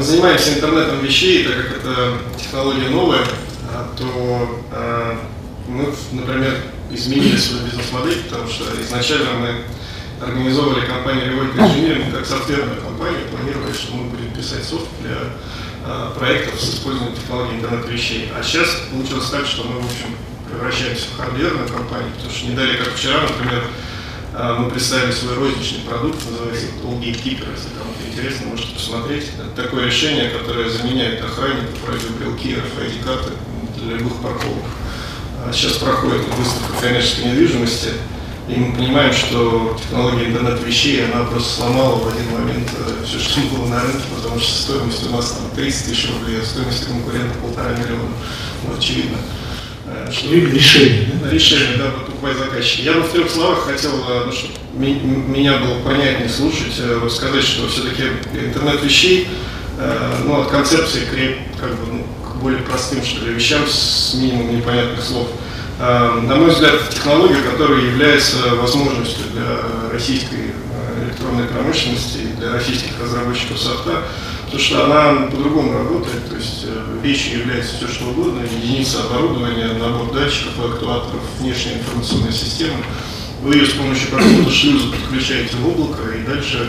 занимаемся интернетом вещей, так как это технология новая, то мы, например, изменили свою бизнес-модель, потому что изначально мы организовывали компанию Revolt Engineering как софтверную компанию, планировали, что мы будем писать софт для проектов с использованием технологий интернет-вещей. А сейчас получилось так, что мы, в общем, превращаемся в хардверную компанию, потому что не далее, как вчера, например, мы представили свой розничный продукт, называется All Gatekeeper, если кому-то интересно, можете посмотреть. Это такое решение, которое заменяет охранников, радиобрелки, RFID-карты для любых парковок. Сейчас проходит выставка коммерческой недвижимости, и мы понимаем, что технология интернет-вещей, она просто сломала в один момент все, что было на рынке, потому что стоимость у нас там 30 тысяч рублей, а стоимость конкурента 1,5 миллиона. Ну, очевидно. Решение. Да? Решение, да, вот покупать заказчики. Я бы в 3 словах хотел, ну, чтобы меня было понятнее слушать, вот сказать, что все-таки интернет вещей, ну, от концепции как бы, к более простым, что ли, вещам с минимумом непонятных слов. На мой взгляд, это технология, которая является возможностью для российской электронной промышленности и для российских разработчиков софта, потому что она по-другому работает, то есть вещью является все что угодно, единица оборудования, набор датчиков, актуаторов, внешняя информационная система. Вы ее с помощью какого-то шлюза подключаете в облако, и дальше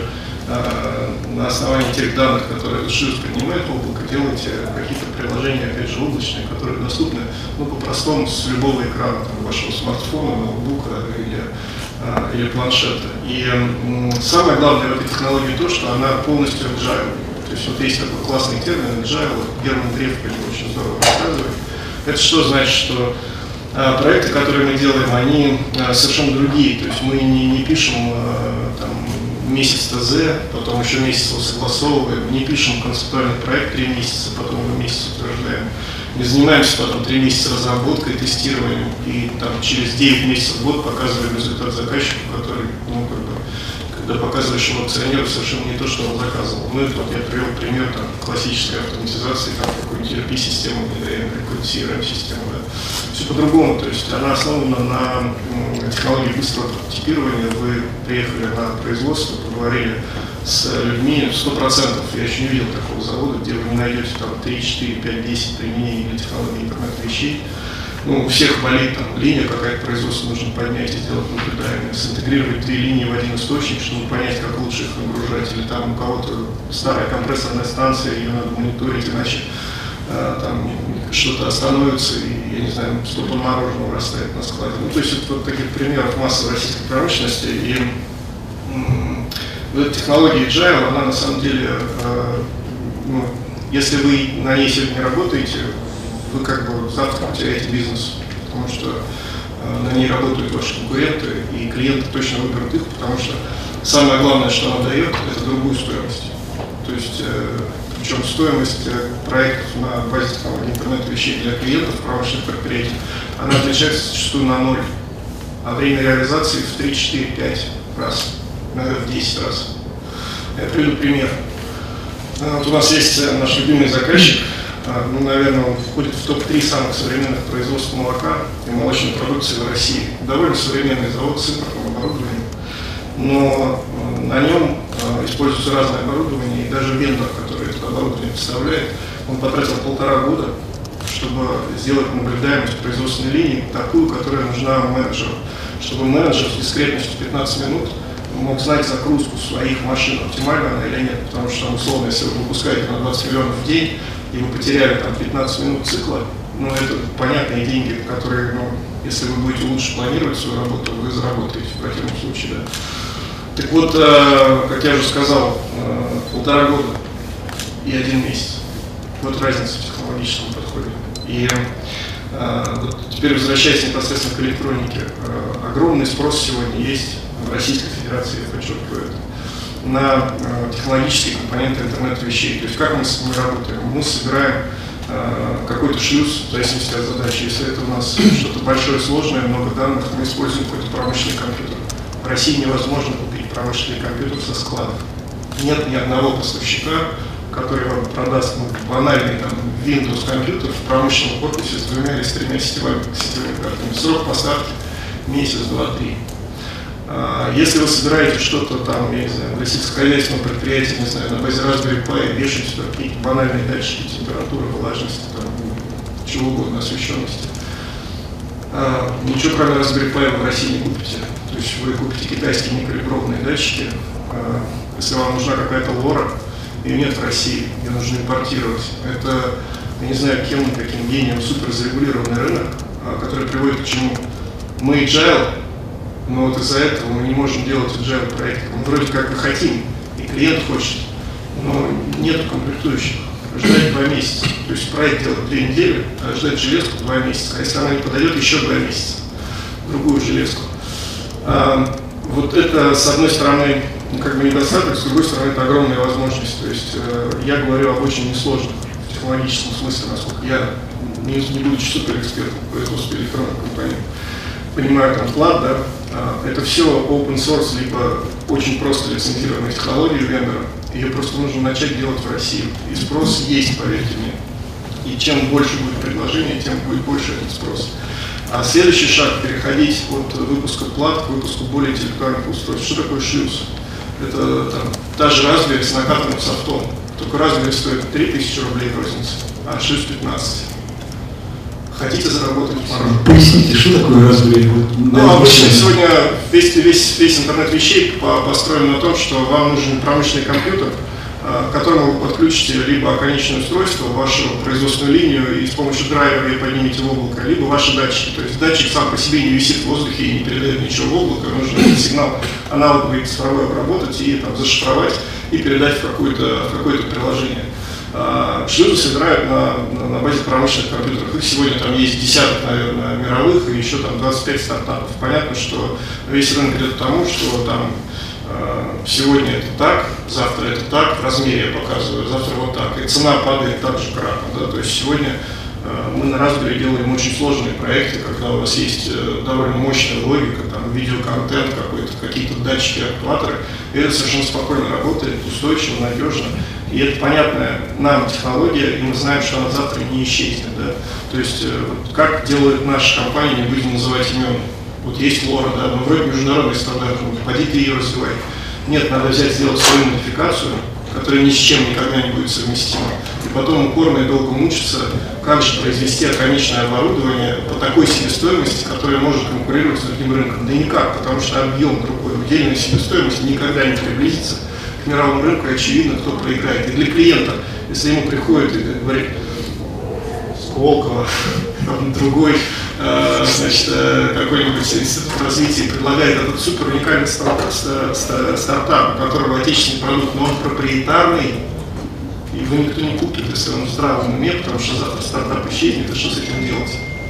на основании тех данных, которые этот шлюз принимает в облако, делаете какие-то приложения, опять же, облачные, которые доступны, ну, по-простому, с любого экрана, там, вашего смартфона, ноутбука или планшета. И самое главное в этой технологии то, что она полностью agile. То есть вот есть такой классный термин agile, Герман Древко его очень здорово рассказывает. Это что значит, что проекты, которые мы делаем, они совершенно другие. То есть мы не пишем там, месяц ТЗ, потом еще месяц его согласовываем, не пишем концептуальный проект 3 месяца, потом его месяц утверждаем. Не занимаемся потом 3 месяца разработкой, тестированием, и там, через 9 месяцев в год показываем результат заказчику, который, ну, как бы, когда показываешь ему акционеру совершенно не то, что он заказывал. Ну, это вот я привел пример там, классической автоматизации, там, какой-нибудь ERP-системы, какой-нибудь CRM-системы. Да. Все по-другому, то есть она основана на технологии быстрого прототипирования. Вы приехали на производство, поговорили с людьми, 100%. Я еще не видел такого завода, где вы не найдете там 3, 4, 5, 10 применений для технологии интернет-вещей. Ну, у всех болит там линия, какая-то производство нужно поднять и сделать наблюдаемое, синтегрировать 2 линии в один источник, чтобы понять, как лучше их нагружать. Или там у кого-то старая компрессорная станция, ее надо мониторить, иначе там что-то остановится и, я не знаю, стопа мороженого растает на складе. Ну, то есть это вот таких примеров массы российской промышленности. И эта технология Agile, она на самом деле, ну, если вы на ней сегодня работаете, вы как бы завтра потеряете бизнес, потому что на ней работают ваши конкуренты, и клиенты точно выберут их, потому что самое главное, что она дает, это другую стоимость. То есть, причем стоимость проектов на базе технологий интернет-вещей для клиентов промышленных предприятий, она отличается зачастую на 0, а время реализации в 3, 4, 5 раз, иногда в 10 раз. Я приведу пример. Вот у нас есть наш любимый заказчик, ну, наверное, он входит в топ-3 самых современных производств молока и молочной продукции в России. Довольно современный завод с импортным оборудованием, но на нем используется разное оборудование, и даже вендор, который это оборудование поставляет, он потратил 1,5 года, чтобы сделать наблюдаемость производственной линии такую, которая нужна менеджеру, чтобы менеджер с дискретностью 15 минут мог знать загрузку своих машин, оптимальна она или нет, потому что, условно, если вы выпускаете на 20 миллионов в день, и вы потеряли там 15 минут цикла, ну, это понятные деньги, которые, ну, если вы будете лучше планировать свою работу, вы заработаете в противном случае, да. Так вот, как я уже сказал, 1,5 года и 1 месяц. Вот разница в технологическом подходе. И вот теперь, возвращаясь непосредственно к электронике, огромный спрос сегодня есть в Российской Федерации, я подчеркиваю это, на технологические компоненты интернет-вещей. То есть как мы с ними работаем? Мы собираем какой-то шлюз в зависимости от задачи. Если это у нас что-то большое, сложное, много данных, мы используем какой-то промышленный компьютер. В России невозможно купить промышленный компьютер со складов. Нет ни одного поставщика, который вам продаст банальный там, Windows компьютер в промышленном корпусе с 2 или с 3 сетевыми картами. Срок поставки месяц, 2, 3. Если вы собираете что-то там, я не знаю, для сельскохозяйственного предприятия, не знаю, на базе Raspberry Pi, вешать сюда какие-то банальные датчики температуры, влажности, там, чего угодно, освещенности. Ничего кроме Raspberry Pi вы в России не купите. То есть вы купите китайские некалиброванные датчики. Если вам нужна какая-то лора, ее нет в России, ее нужно импортировать. Это, я не знаю, каким гением супер зарегулированный рынок, который приводит к чему? Мы agile, но вот из-за этого мы не можем делать agile проекты. Мы вроде как и хотим, и клиент хочет, но нет комплектующих. Ждать 2 месяца. То есть проект делать 2 недели, а ждать железку 2 месяца. А если она не подойдет, еще 2 месяца. Другую железку. Вот это, с одной стороны, как бы недостаток, с другой стороны, это огромная возможность. То есть я говорю об очень несложных в технологическом смысле, насколько я, не будучи суперэкспертом в производстве электронных компонентов, понимаю там вклад, да, это все open source, либо очень просто лицензированные технологии вендора. Ее просто нужно начать делать в России. И спрос есть, поверьте мне. И чем больше будет предложений, тем будет больше этот спрос. А следующий шаг – переходить от выпуска плат к выпуску более интеллектуальных устройств. Что такое шлюз? Это там, та же Raspberry с накатанным софтом. Только Raspberry стоит 3000 рублей розница, а шлюз 15. Хотите заработать? Поясните, что такое Raspberry? Ну, обычно сегодня весь интернет вещей построен на том, что вам нужен промышленный компьютер, к которому вы подключите либо конечное устройство, вашу производственную линию, и с помощью драйвера ее поднимете в облако, либо ваши датчики. То есть датчик сам по себе не висит в воздухе и не передает ничего в облако, нужно этот сигнал аналоговый цифровой обработать и там, зашифровать и передать в какое-то приложение. Шлюзы собирают на базе промышленных компьютеров. Их сегодня там есть десяток, наверное, мировых, и еще там 25 стартапов. Понятно, что весь рынок идет к тому, что там сегодня это так, завтра это так, в размере я показываю, завтра вот так. И цена падает так же кратно. Да? То есть сегодня мы на Raspberry делаем очень сложные проекты, когда у вас есть довольно мощная логика, там, видеоконтент какой-то, какие-то датчики, актуаторы, и это совершенно спокойно работает, устойчиво, надежно. И это понятная нам технология, и мы знаем, что она завтра не исчезнет. Да? То есть, вот как делают наши компании, не будем называть имен. Вот есть лора, да, но вроде международный стандарт, поди ты ее развивай. Нет, надо взять, сделать свою модификацию, которая ни с чем никогда не будет совместима. И потом упорно и долго мучиться, как же произвести конечное оборудование по такой себестоимости, которое может конкурировать с другим рынком. Да никак, потому что объем другой, удельная себестоимость никогда не приблизится к мировому рынку, и очевидно, кто проиграет. И для клиента, если ему приходит и говорит Сколково, другой, значит, какой-нибудь институт развития предлагает этот супер уникальный стартап, у которого отечественный продукт, но он проприетарный, его никто не купит, если он в здравом уме, потому что завтра стартап исчезнет, и что с этим делать?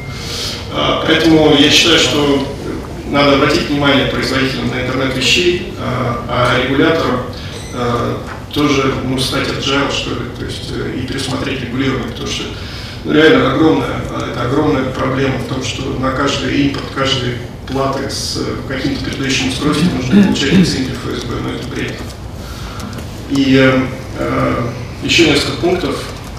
Поэтому я считаю, что надо обратить внимание производителям на интернет вещей, а регуляторам тоже стать agile, что ли, то есть и пересмотреть регулирование, потому что реально огромная проблема в том, что на каждый импорт, каждой платы с каким-то предыдущим устройством нужно получать лицензию ФСБ, но это бред. И еще несколько пунктов.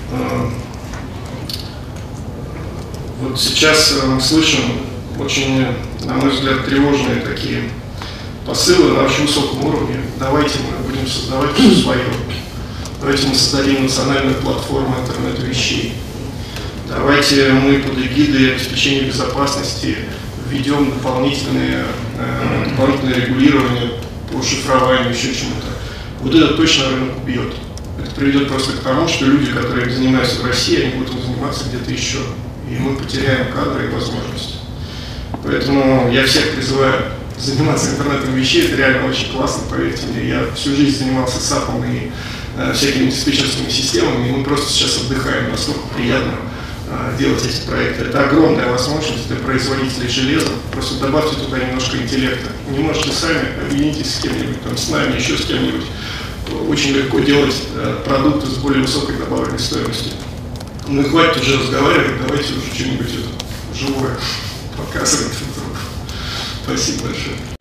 Вот сейчас мы слышим очень, на мой взгляд, тревожные такие посылы на очень высоком уровне. Давайте мы будем создавать все свое. Давайте мы создадим национальную платформу интернет-вещей. Давайте мы под эгидой обеспечения безопасности введем дополнительное регулирование по шифрованию, еще чему-то. Вот это точно рынок убьет. Это приведет просто к тому, что люди, которые занимаются в России, они будут заниматься где-то еще. И мы потеряем кадры и возможности. Поэтому я всех призываю заниматься интернетом вещей. Это реально очень классно, поверьте мне. Я всю жизнь занимался САПом и всякими диспетчерскими системами, и мы просто сейчас отдыхаем. Насколько приятно делать эти проекты. Это огромная возможность для производителей железа. Просто добавьте туда немножко интеллекта. Не можете сами, объединитесь с кем-нибудь, там, с нами, еще с кем-нибудь. Очень легко делать продукты с более высокой добавленной стоимостью. Ну и хватит уже разговаривать, давайте уже что-нибудь живое показывать. Спасибо большое.